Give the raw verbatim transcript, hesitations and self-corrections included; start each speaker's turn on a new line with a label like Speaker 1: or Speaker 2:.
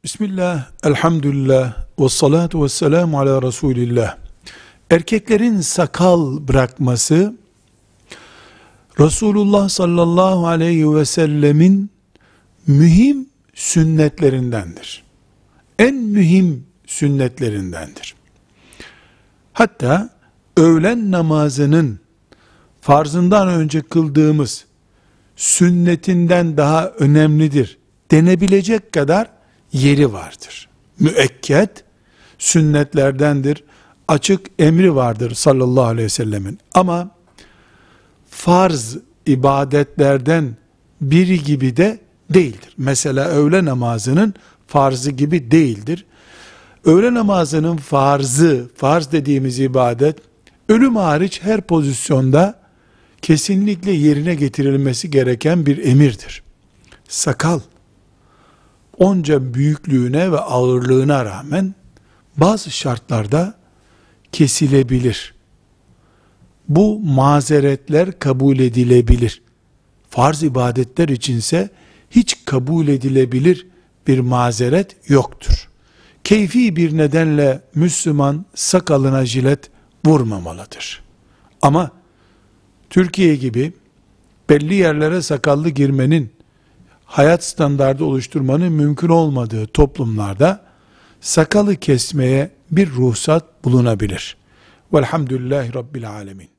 Speaker 1: Bismillah, elhamdülillah, ve salatu ve selamu ala Resulillah. Erkeklerin sakal bırakması, Resulullah sallallahu aleyhi ve sellemin mühim sünnetlerindendir. En mühim sünnetlerindendir. Hatta öğlen namazının farzından önce kıldığımız sünnetinden daha önemlidir denebilecek kadar yeri vardır. Müekked sünnetlerdendir. Açık emri vardır sallallahu aleyhi ve sellemin. Ama farz ibadetlerden biri gibi de değildir. Mesela öğle namazının farzı gibi değildir. Öğle namazının farzı, farz dediğimiz ibadet, ölüm hariç her pozisyonda kesinlikle yerine getirilmesi gereken bir emirdir. Sakal, onca büyüklüğüne ve ağırlığına rağmen bazı şartlarda kesilebilir. Bu mazeretler kabul edilebilir. Farz ibadetler içinse hiç kabul edilebilir bir mazeret yoktur. Keyfi bir nedenle Müslüman sakalına jilet vurmamalıdır. Ama Türkiye gibi belli yerlere sakallı girmenin, hayat standardı oluşturmanın mümkün olmadığı toplumlarda sakalı kesmeye bir ruhsat bulunabilir. Velhamdülillahi Rabbil alemin.